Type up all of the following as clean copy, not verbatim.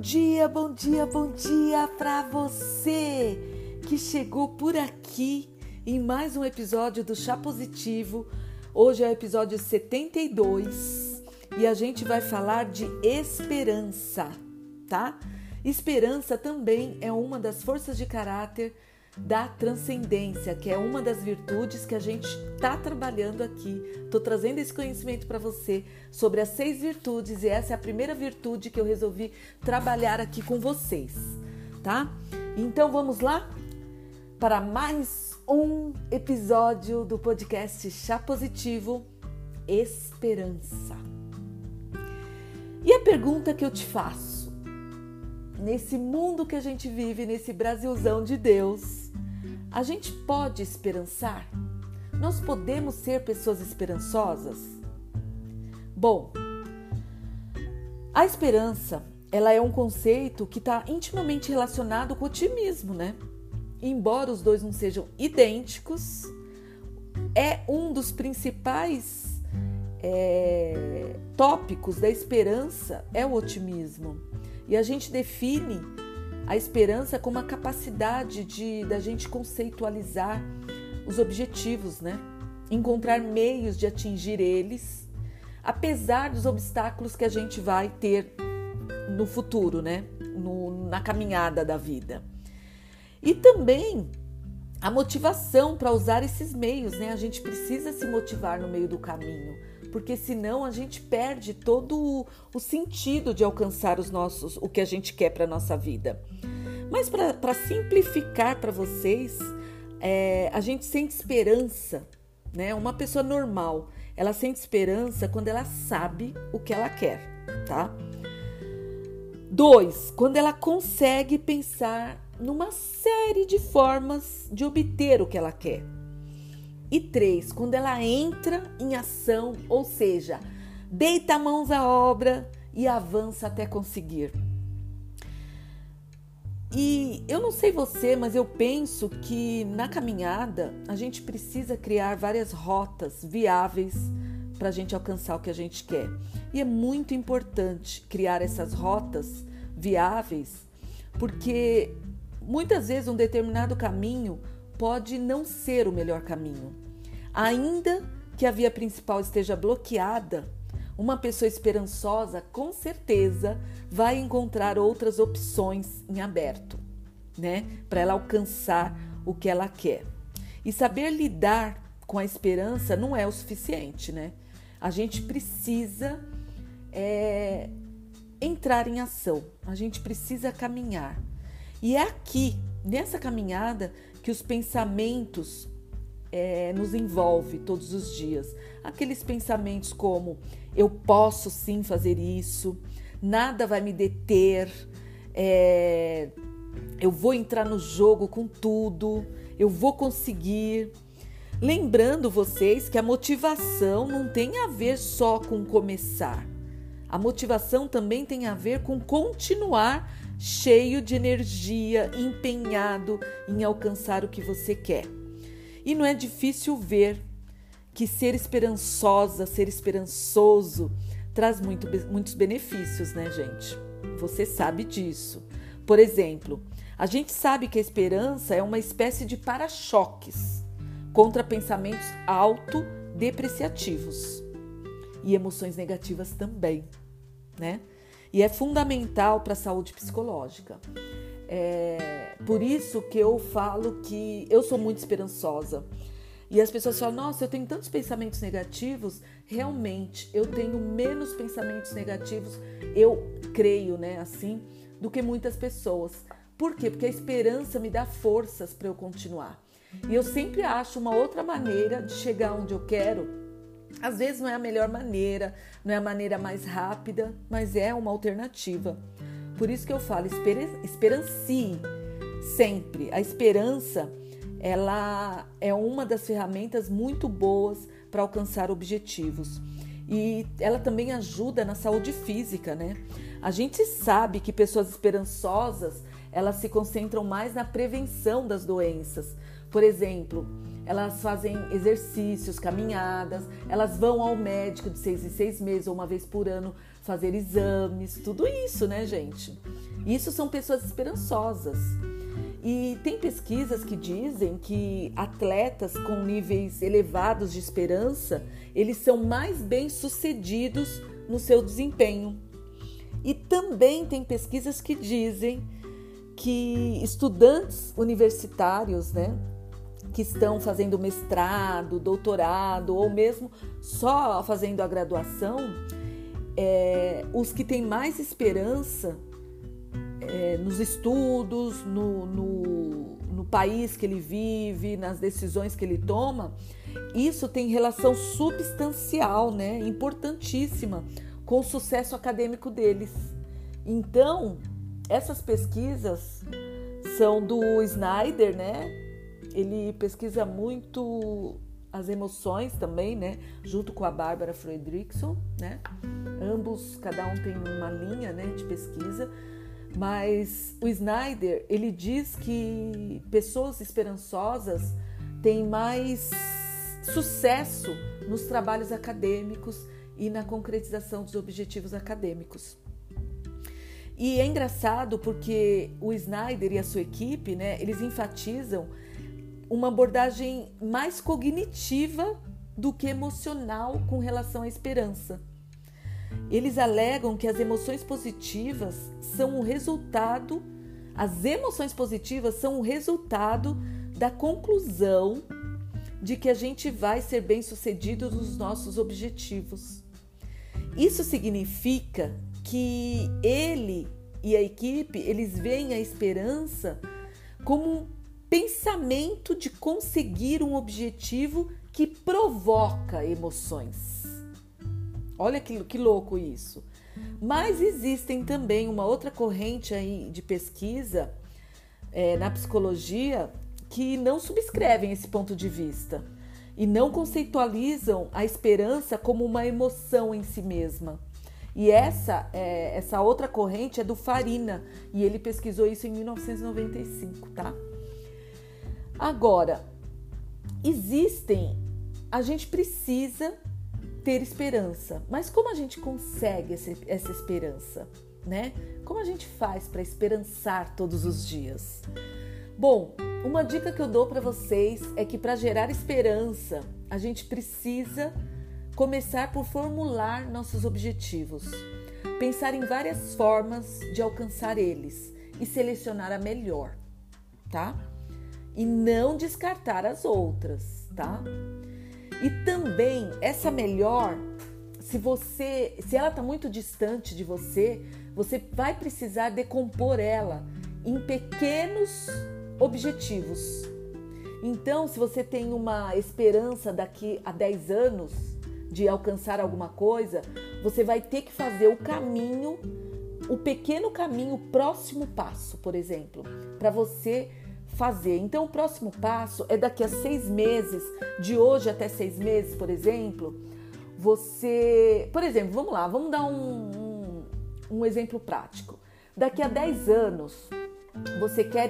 bom dia para você que chegou por aqui em mais um episódio do Chá Positivo. Hoje é o episódio 72 e a gente vai falar de esperança, tá? Esperança também é uma das forças de caráter da transcendência, que é uma das virtudes que a gente está trabalhando aqui. Estou trazendo esse conhecimento para você sobre as 6 virtudes e essa é a primeira virtude que eu resolvi trabalhar aqui com vocês, tá? Então vamos lá para mais um episódio do podcast Chá Positivo, Esperança. E a pergunta que eu te faço, nesse mundo que a gente vive, nesse Brasilzão de Deus, a gente pode esperançar? Nós podemos ser pessoas esperançosas? Bom, a esperança, ela é um conceito que está intimamente relacionado com o otimismo, né? Embora os dois não sejam idênticos, é um dos principais tópicos da esperança, é o otimismo. E a gente define a esperança como a capacidade da gente conceitualizar os objetivos, né? Encontrar meios de atingir eles, apesar dos obstáculos que a gente vai ter no futuro, né? Na caminhada da vida. E também a motivação para usar esses meios, né? A gente precisa se motivar no meio do caminho, porque senão a gente perde todo o sentido de alcançar o que a gente quer para a nossa vida. Mas para simplificar para vocês, a gente sente esperança, né? Uma pessoa normal, ela sente esperança quando ela sabe o que ela quer, tá? 2, quando ela consegue pensar numa série de formas de obter o que ela quer. E 3, quando ela entra em ação, ou seja, deita mãos à obra e avança até conseguir. E eu não sei você, mas eu penso que na caminhada a gente precisa criar várias rotas viáveis para a gente alcançar o que a gente quer. E é muito importante criar essas rotas viáveis, porque muitas vezes um determinado caminho pode não ser o melhor caminho. Ainda que a via principal esteja bloqueada, uma pessoa esperançosa com certeza vai encontrar outras opções em aberto, né? Para ela alcançar o que ela quer. E saber lidar com a esperança não é o suficiente, né? A gente precisa entrar em ação, a gente precisa caminhar. E é aqui, nessa caminhada, que os pensamentos nos envolvem todos os dias. Aqueles pensamentos como, eu posso sim fazer isso, nada vai me deter, eu vou entrar no jogo com tudo, eu vou conseguir. Lembrando vocês que a motivação não tem a ver só com começar. A motivação também tem a ver com continuar cheio de energia, empenhado em alcançar o que você quer. E não é difícil ver que ser esperançosa, ser esperançoso, traz muitos benefícios, né, gente? Você sabe disso. Por exemplo, a gente sabe que a esperança é uma espécie de para-choques contra pensamentos autodepreciativos e emoções negativas também, né? E é fundamental para a saúde psicológica. Por isso que eu falo que eu sou muito esperançosa. E as pessoas falam, nossa, eu tenho tantos pensamentos negativos. Realmente, eu tenho menos pensamentos negativos, eu creio, né, assim, do que muitas pessoas. Por quê? Porque a esperança me dá forças para eu continuar. E eu sempre acho uma outra maneira de chegar onde eu quero. Às vezes não é a melhor maneira, não é a maneira mais rápida, mas é uma alternativa. Por isso que eu falo, esperancie sempre. A esperança, ela é uma das ferramentas muito boas para alcançar objetivos. E ela também ajuda na saúde física, né? A gente sabe que pessoas esperançosas, elas se concentram mais na prevenção das doenças. Por exemplo, elas fazem exercícios, caminhadas, elas vão ao médico de 6 em 6 meses ou uma vez por ano fazer exames, tudo isso, né, gente? Isso são pessoas esperançosas. E tem pesquisas que dizem que atletas com níveis elevados de esperança, eles são mais bem-sucedidos no seu desempenho. E também tem pesquisas que dizem que estudantes universitários, né, que estão fazendo mestrado, doutorado ou mesmo só fazendo a graduação, os que têm mais esperança nos estudos, no país que ele vive, nas decisões que ele toma, isso tem relação substancial, né, importantíssima com o sucesso acadêmico deles. Então, essas pesquisas são do Snyder, né? Ele pesquisa muito as emoções também, né? Junto com a Bárbara Fredrickson, né? Ambos, cada um tem uma linha, né, de pesquisa. Mas o Snyder, ele diz que pessoas esperançosas têm mais sucesso nos trabalhos acadêmicos e na concretização dos objetivos acadêmicos. E é engraçado porque o Snyder e a sua equipe, né, eles enfatizam uma abordagem mais cognitiva do que emocional com relação à esperança. Eles alegam que as emoções positivas são o resultado da conclusão de que a gente vai ser bem-sucedido nos nossos objetivos. Isso significa que ele e a equipe, eles veem a esperança como um pensamento de conseguir um objetivo que provoca emoções. Olha que louco isso. Mas existem também uma outra corrente aí de pesquisa na psicologia que não subscrevem esse ponto de vista e não conceitualizam a esperança como uma emoção em si mesma. E essa outra corrente é do Farina, e ele pesquisou isso em 1995, tá? Agora, a gente precisa ter esperança, mas como a gente consegue essa esperança, né? Como a gente faz para esperançar todos os dias? Bom, uma dica que eu dou para vocês é que para gerar esperança, a gente precisa começar por formular nossos objetivos, pensar em várias formas de alcançar eles e selecionar a melhor, tá? E não descartar as outras, tá? E também essa melhor, se ela está muito distante de você, você vai precisar decompor ela em pequenos objetivos. Então, se você tem uma esperança daqui a 10 anos de alcançar alguma coisa, você vai ter que fazer o pequeno caminho, o próximo passo, por exemplo, para você fazer. Então, o próximo passo é daqui a 6 meses, de hoje até 6 meses, por exemplo, vamos dar um exemplo prático. Daqui a 10 anos, você quer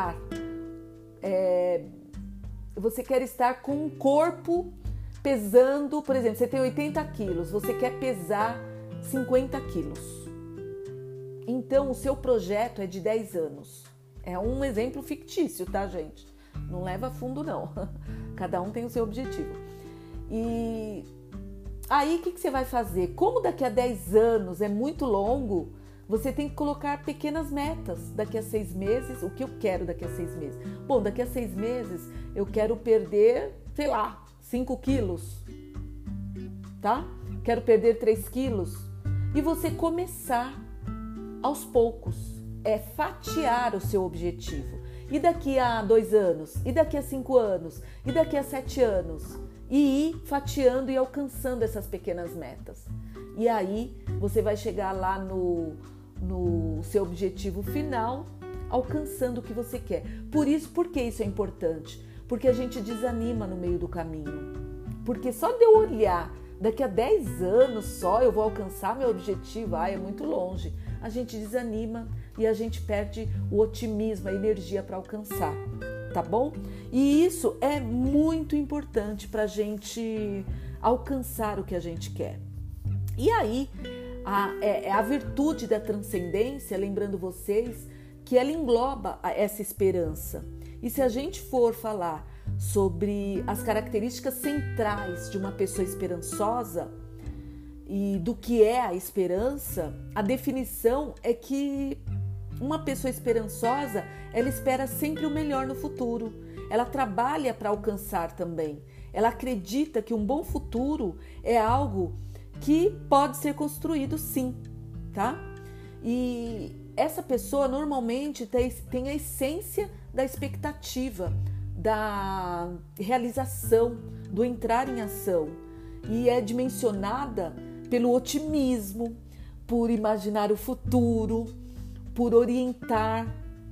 estar com um corpo pesando, por exemplo, você tem 80 quilos, você quer pesar 50 quilos. Então, o seu projeto é de 10 anos. É um exemplo fictício, tá, gente? Não leva a fundo, não. Cada um tem o seu objetivo. E aí, o que você vai fazer? Como daqui a 10 anos é muito longo, você tem que colocar pequenas metas. Daqui a 6 meses, o que eu quero daqui a 6 meses? Bom, daqui a 6 meses eu quero perder, 5 quilos, tá? Quero perder 3 quilos. E você começar aos poucos. É fatiar o seu objetivo. E daqui a 2 anos? E daqui a 5 anos? E daqui a 7 anos? E ir fatiando e alcançando essas pequenas metas. E aí você vai chegar lá no seu objetivo final, alcançando o que você quer. Por que isso é importante? Porque a gente desanima no meio do caminho. Porque só de eu olhar, daqui a 10 anos só eu vou alcançar meu objetivo, é muito longe. A gente desanima e a gente perde o otimismo, a energia para alcançar, tá bom? E isso é muito importante para a gente alcançar o que a gente quer. E aí, a virtude da transcendência, lembrando vocês que ela engloba essa esperança. E se a gente for falar sobre as características centrais de uma pessoa esperançosa e do que é a esperança, a definição é que uma pessoa esperançosa, ela espera sempre o melhor no futuro. Ela trabalha para alcançar também. Ela acredita que um bom futuro é algo que pode ser construído sim, tá? E essa pessoa normalmente tem a essência da expectativa, da realização, do entrar em ação. E é dimensionada pelo otimismo, por imaginar o futuro, por orientar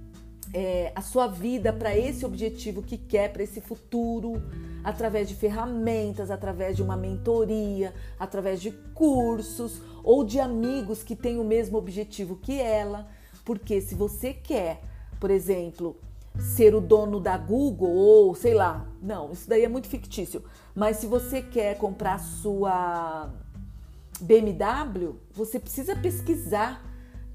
a sua vida para esse objetivo que quer, para esse futuro, através de ferramentas, através de uma mentoria, através de cursos ou de amigos que têm o mesmo objetivo que ela. Porque se você quer, por exemplo, ser o dono da Google ou sei lá, não, isso daí é muito fictício, mas se você quer comprar sua BMW, você precisa pesquisar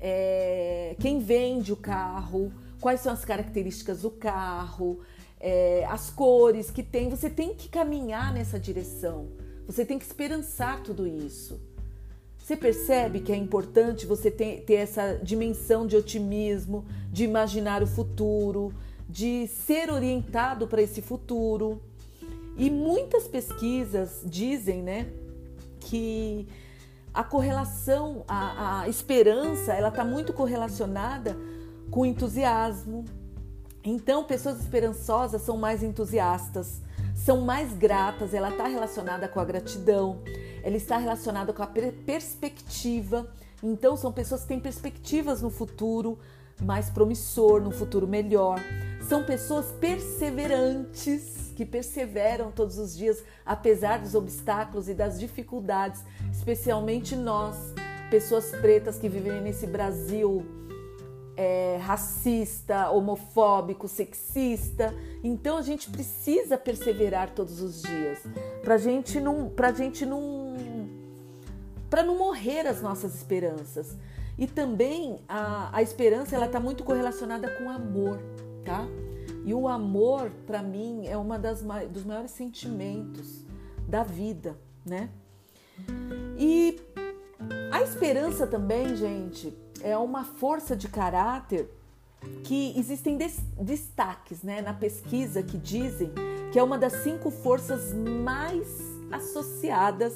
quem vende o carro, quais são as características do carro, as cores que tem. Você tem que caminhar nessa direção, você tem que esperançar tudo isso. Você percebe que é importante você ter essa dimensão de otimismo, de imaginar o futuro, de ser orientado para esse futuro. E muitas pesquisas dizem, né, que a correlação, a esperança, ela está muito correlacionada com o entusiasmo. Então, pessoas esperançosas são mais entusiastas, são mais gratas, ela está relacionada com a gratidão, ela está relacionada com a perspectiva. Então, são pessoas que têm perspectivas no futuro mais promissor, no futuro melhor. São pessoas perseverantes, que perseveram todos os dias, apesar dos obstáculos e das dificuldades, especialmente nós, pessoas pretas que vivem nesse Brasil racista, homofóbico, sexista. Então a gente precisa perseverar todos os dias para não morrer as nossas esperanças. E também a esperança, ela está muito correlacionada com o amor, tá? E o amor, para mim, é dos maiores sentimentos da vida, né? E a esperança também, gente, é uma força de caráter que existem destaques, né, na pesquisa que dizem que é uma das 5 forças mais associadas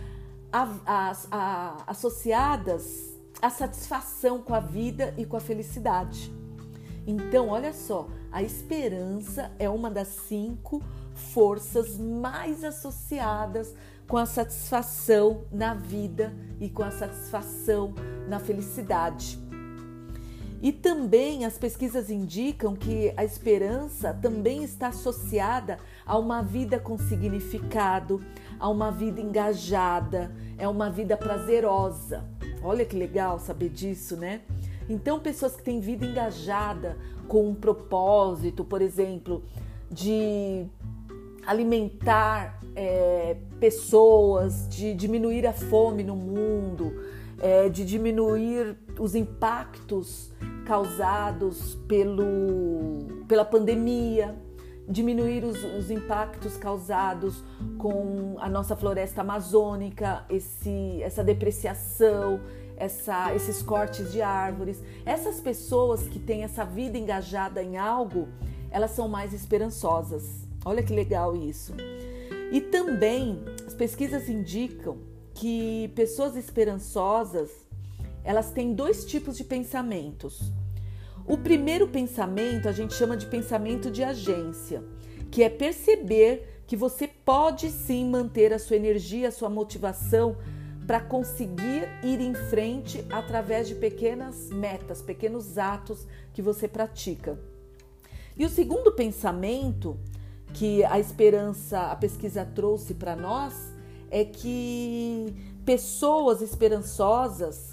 à satisfação com a vida e com a felicidade. Então, olha só, a esperança é uma das 5 forças mais associadas com a satisfação na vida e com a satisfação na felicidade. E também as pesquisas indicam que a esperança também está associada a uma vida com significado, a uma vida engajada, é uma vida prazerosa. Olha que legal saber disso, né? Então, pessoas que têm vida engajada com um propósito, por exemplo, de alimentar pessoas, de diminuir a fome no mundo, de diminuir os impactos causados pela pandemia, diminuir os impactos causados com a nossa floresta amazônica, essa depreciação, esses cortes de árvores. Essas pessoas que têm essa vida engajada em algo, elas são mais esperançosas. Olha que legal isso. E também as pesquisas indicam que pessoas esperançosas, elas têm 2 tipos de pensamentos. O primeiro pensamento a gente chama de pensamento de agência, que é perceber que você pode sim manter a sua energia, a sua motivação para conseguir ir em frente através de pequenas metas, pequenos atos que você pratica. E o segundo pensamento que a pesquisa trouxe para nós é que pessoas esperançosas,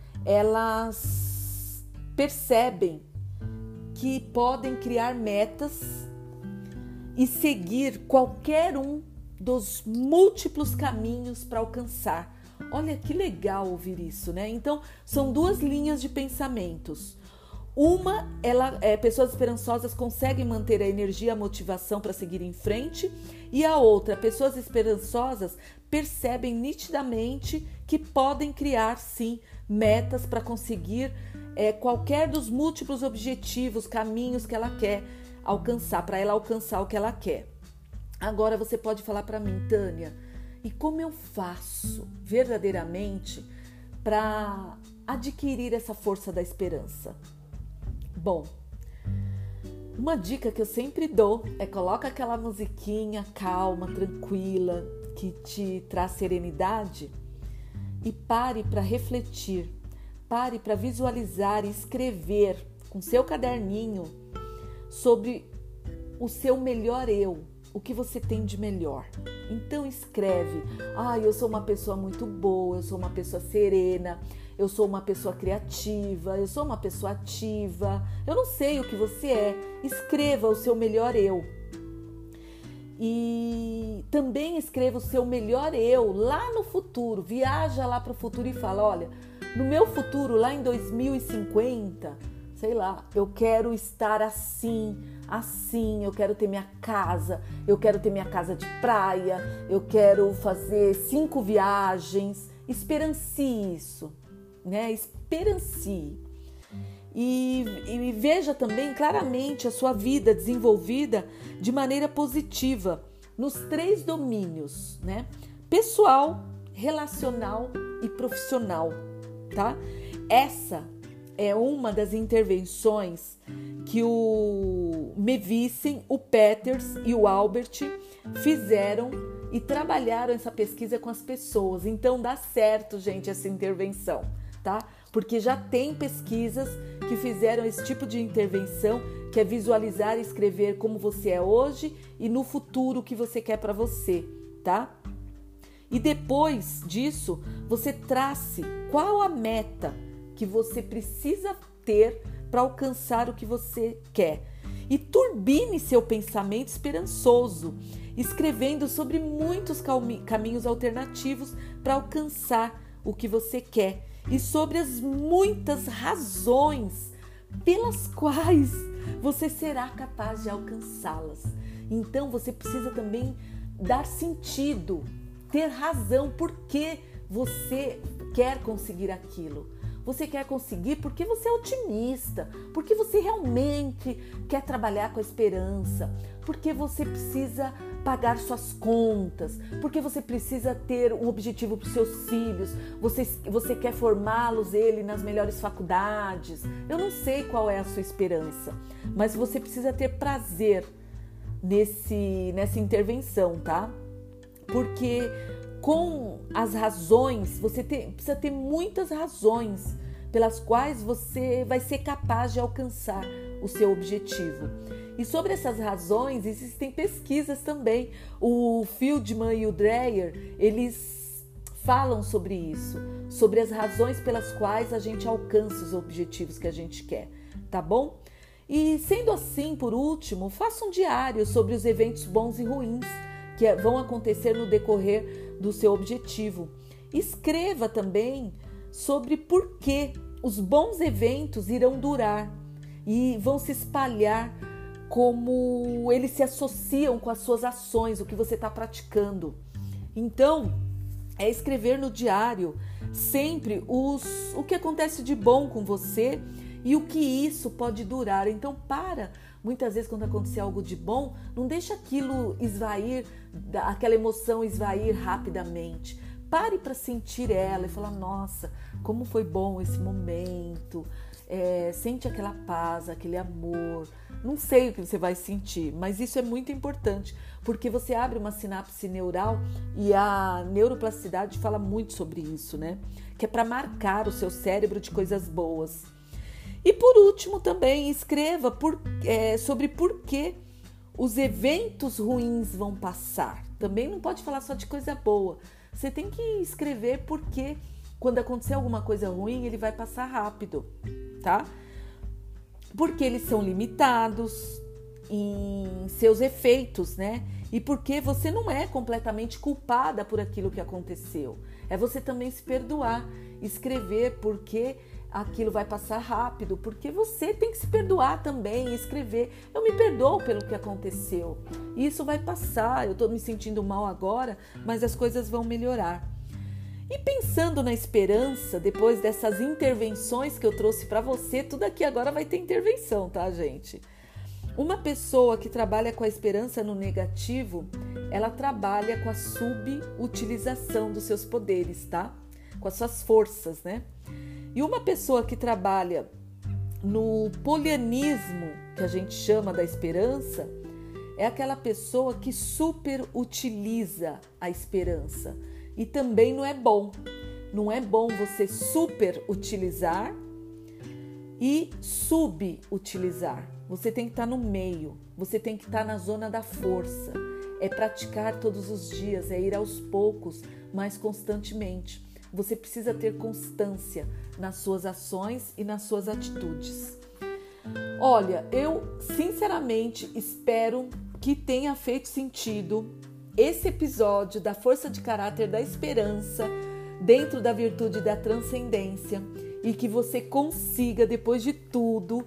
elas percebem que podem criar metas e seguir qualquer um dos múltiplos caminhos para alcançar Olha que legal ouvir isso, né? Então, são duas linhas de pensamentos. Uma, pessoas esperançosas conseguem manter a energia e a motivação para seguir em frente. E a outra, pessoas esperançosas percebem nitidamente que podem criar, sim, metas para conseguir qualquer dos múltiplos objetivos, caminhos que ela quer alcançar, para ela alcançar o que ela quer. Agora você pode falar para mim, Tânia, e como eu faço verdadeiramente para adquirir essa força da esperança? Bom, uma dica que eu sempre dou é coloca aquela musiquinha calma, tranquila, que te traz serenidade e pare para refletir, pare para visualizar e escrever com seu caderninho sobre o seu melhor eu, o que você tem de melhor. Então escreve, eu sou uma pessoa muito boa, eu sou uma pessoa serena, eu sou uma pessoa criativa, eu sou uma pessoa ativa, eu não sei o que você é. Escreva o seu melhor eu. E também escreva o seu melhor eu lá no futuro. Viaja lá para o futuro e fala, olha, no meu futuro, lá em 2050, sei lá, eu quero estar assim, eu quero ter minha casa, eu quero ter minha casa de praia, eu quero fazer 5 viagens. Esperancie isso. Né? Esperancie e veja também claramente a sua vida desenvolvida de maneira positiva nos 3 domínios, né? Pessoal, relacional e profissional, tá? Essa é uma das intervenções que o Mevissen, o Peters e o Albert fizeram e trabalharam essa pesquisa com as pessoas. Então dá certo, gente, essa intervenção. Tá? Porque já tem pesquisas que fizeram esse tipo de intervenção, que é visualizar e escrever como você é hoje e no futuro o que você quer para você, tá? E depois disso, você trace qual a meta que você precisa ter para alcançar o que você quer. E turbine seu pensamento esperançoso, escrevendo sobre muitos caminhos alternativos para alcançar o que você quer. E sobre as muitas razões pelas quais você será capaz de alcançá-las. Então você precisa também dar sentido, ter razão por que você quer conseguir aquilo. Você quer conseguir porque você é otimista, porque você realmente quer trabalhar com a esperança, porque você precisa pagar suas contas, porque você precisa ter um objetivo para os seus filhos, você quer formá-los nas melhores faculdades. Eu não sei qual é a sua esperança, mas você precisa ter prazer nessa intervenção, tá? Porque com as razões, precisa ter muitas razões pelas quais você vai ser capaz de alcançar o seu objetivo. E sobre essas razões, existem pesquisas também. O Fieldman e o Dreyer, eles falam sobre isso, sobre as razões pelas quais a gente alcança os objetivos que a gente quer, tá bom? E sendo assim, por último, faça um diário sobre os eventos bons e ruins que vão acontecer no decorrer do seu objetivo. Escreva também sobre por que os bons eventos irão durar e vão se espalhar, como eles se associam com as suas ações, o que você está praticando. Então, é escrever no diário sempre o que acontece de bom com você e o que isso pode durar. Então, muitas vezes quando acontecer algo de bom, não deixa aquilo esvair, aquela emoção esvair rapidamente. Pare para sentir ela e falar, nossa, como foi bom esse momento. Sente aquela paz, aquele amor. Não sei o que você vai sentir, mas isso é muito importante, porque você abre uma sinapse neural e a neuroplasticidade fala muito sobre isso, né? Que é para marcar o seu cérebro de coisas boas. E por último também escreva sobre por que os eventos ruins vão passar. Também não pode falar só de coisa boa. Você tem que escrever porque quando acontecer alguma coisa ruim, ele vai passar rápido, tá? Porque eles são limitados em seus efeitos, né? E porque você não é completamente culpada por aquilo que aconteceu. É você também se perdoar, escrever porque aquilo vai passar rápido, porque você tem que se perdoar também, escrever. Eu me perdoo pelo que aconteceu. Isso vai passar, eu estou me sentindo mal agora, mas as coisas vão melhorar. E pensando na esperança, depois dessas intervenções que eu trouxe para você, tudo aqui agora vai ter intervenção, tá, gente? Uma pessoa que trabalha com a esperança no negativo, ela trabalha com a subutilização dos seus poderes, tá? Com as suas forças, né? E uma pessoa que trabalha no polianismo, que a gente chama da esperança, é aquela pessoa que superutiliza a esperança. E também não é bom. Não é bom você superutilizar e subutilizar. Você tem que estar no meio, você tem que estar na zona da força. É praticar todos os dias, é ir aos poucos, mas constantemente. Você precisa ter constância nas suas ações e nas suas atitudes. Olha, eu sinceramente espero que tenha feito sentido esse episódio da força de caráter da esperança dentro da virtude da transcendência e que você consiga, depois de tudo,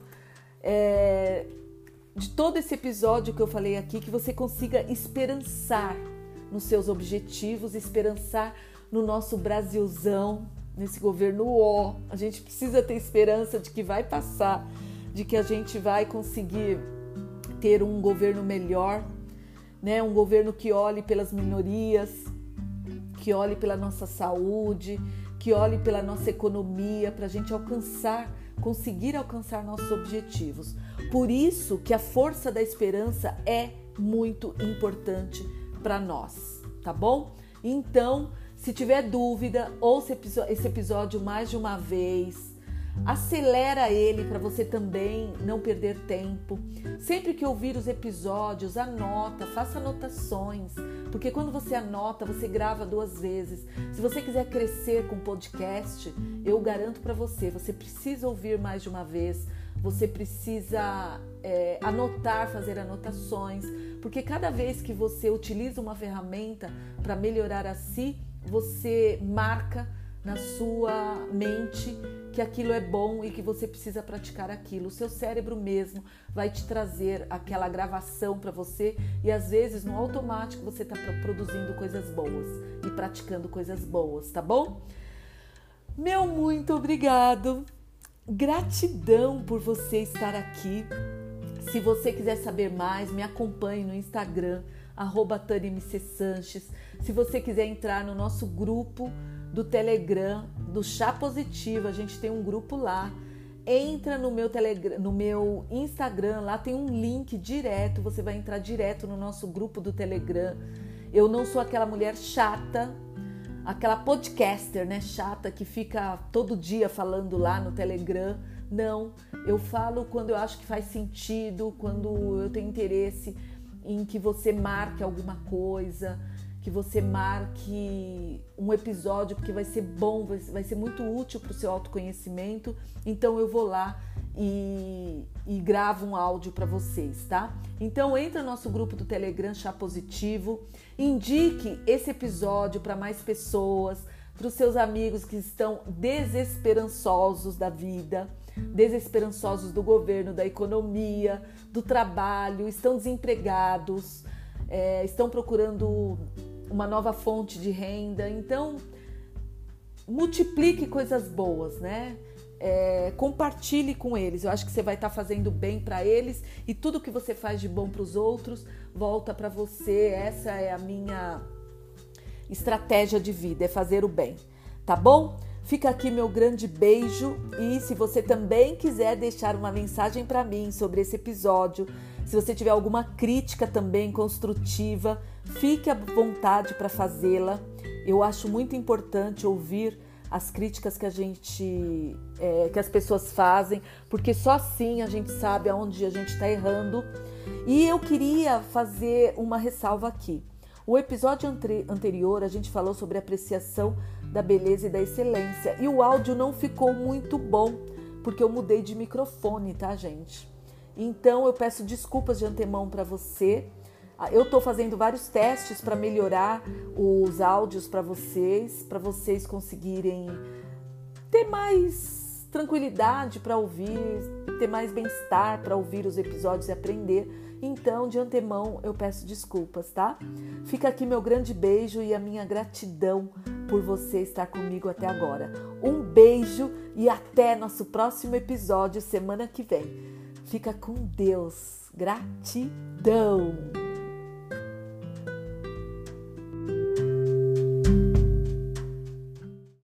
de todo esse episódio que eu falei aqui, que você consiga esperançar nos seus objetivos, esperançar no nosso Brasilzão, nesse governo A gente precisa ter esperança de que vai passar, de que a gente vai conseguir ter um governo melhor, né? Um governo que olhe pelas minorias, que olhe pela nossa saúde, que olhe pela nossa economia, para a gente conseguir alcançar nossos objetivos. Por isso que a força da esperança é muito importante para nós, tá bom? Então, se tiver dúvida, ouça esse episódio mais de uma vez, acelera ele para você também não perder tempo. Sempre que ouvir os episódios, anota, faça anotações, porque quando você anota, você grava 2 vezes. Se você quiser crescer com podcast, eu garanto para você, você precisa ouvir mais de uma vez, você precisa anotar, fazer anotações, porque cada vez que você utiliza uma ferramenta para melhorar a si, você marca na sua mente que aquilo é bom e que você precisa praticar aquilo. O seu cérebro mesmo vai te trazer aquela gravação para você e às vezes no automático você está produzindo coisas boas e praticando coisas boas, tá bom? Meu muito obrigado, gratidão por você estar aqui. Se você quiser saber mais, me acompanhe no Instagram, @TaniMCSanches. Se você quiser entrar no nosso grupo do Telegram, do Chá Positivo, a gente tem um grupo lá. Entra no meu Instagram, lá tem um link direto, você vai entrar direto no nosso grupo do Telegram. Eu não sou aquela mulher chata, aquela podcaster, né, chata, que fica todo dia falando lá no Telegram. Não, eu falo quando eu acho que faz sentido, quando eu tenho interesse em que você marque alguma coisa, que você marque um episódio, porque vai ser bom, vai ser muito útil para o seu autoconhecimento. Então eu vou lá e gravo um áudio para vocês, tá? Então entra no nosso grupo do Telegram Chá Positivo, indique esse episódio para mais pessoas, para os seus amigos que estão desesperançosos da vida, desesperançosos do governo, da economia, do trabalho, estão desempregados, estão procurando uma nova fonte de renda. Então, multiplique coisas boas, né? Compartilhe com eles. Eu acho que você vai estar fazendo bem para eles e tudo que você faz de bom para os outros volta para você. Essa é a minha estratégia de vida, é fazer o bem, tá bom? Fica aqui meu grande beijo e se você também quiser deixar uma mensagem para mim sobre esse episódio, se você tiver alguma crítica também construtiva, fique à vontade para fazê-la. Eu acho muito importante ouvir as críticas que que as pessoas fazem, porque só assim a gente sabe aonde a gente está errando. E eu queria fazer uma ressalva aqui. O episódio anterior a gente falou sobre apreciação da beleza e da excelência e o áudio não ficou muito bom porque eu mudei de microfone, tá, gente? Então eu peço desculpas de antemão para você. Eu estou fazendo vários testes para melhorar os áudios para vocês conseguirem ter mais tranquilidade para ouvir, ter mais bem-estar para ouvir os episódios e aprender. Então, de antemão, eu peço desculpas, tá? Fica aqui meu grande beijo e a minha gratidão por você estar comigo até agora. Um beijo e até nosso próximo episódio semana que vem. Fica com Deus. Gratidão!